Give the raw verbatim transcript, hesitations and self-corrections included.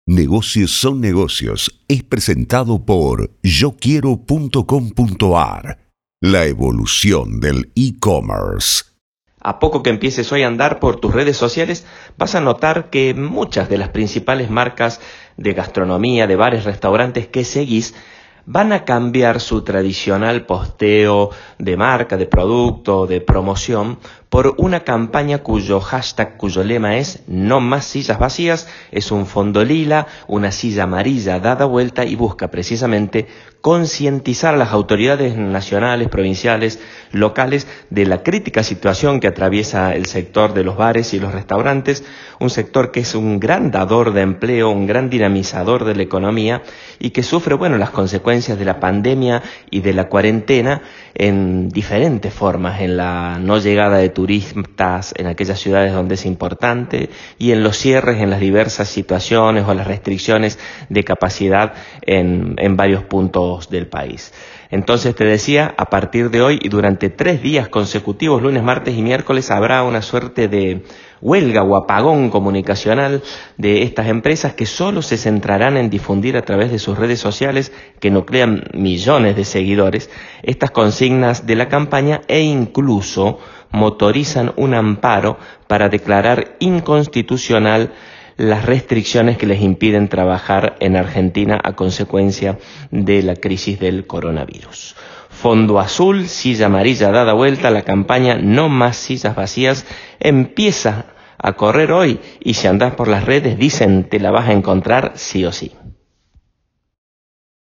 Negocios son negocios es presentado por yo quiero punto com punto a r. La evolución del e-commerce. A poco que empieces hoy a andar por tus redes sociales, vas a notar que muchas de las principales marcas de gastronomía, de bares, restaurantes que seguís, van a cambiar su tradicional posteo de marca, de producto, de promoción, por una campaña cuyo hashtag, cuyo lema es no más sillas vacías. Es un fondo lila, una silla amarilla dada vuelta y busca precisamente concientizar a las autoridades nacionales, provinciales, locales de la crítica situación que atraviesa el sector de los bares y los restaurantes, un sector que es un gran dador de empleo, un gran dinamizador de la economía y que sufre, bueno, las consecuencias de la pandemia y de la cuarentena en diferentes formas, en la no llegada de turistas en aquellas ciudades donde es importante y en los cierres en las diversas situaciones o las restricciones de capacidad en, en varios puntos del país. Entonces te decía, a partir de hoy y durante tres días consecutivos, lunes, martes y miércoles, habrá una suerte de huelga o apagón comunicacional de estas empresas que solo se centrarán en difundir a través de sus redes sociales, que nuclean millones de seguidores, estas consignas de la campaña e incluso motorizan un amparo para declarar inconstitucional las restricciones que les impiden trabajar en Argentina a consecuencia de la crisis del coronavirus. Fondo azul, silla amarilla dada vuelta, la campaña No más sillas vacías empieza a correr hoy y si andás por las redes dicen te la vas a encontrar sí o sí.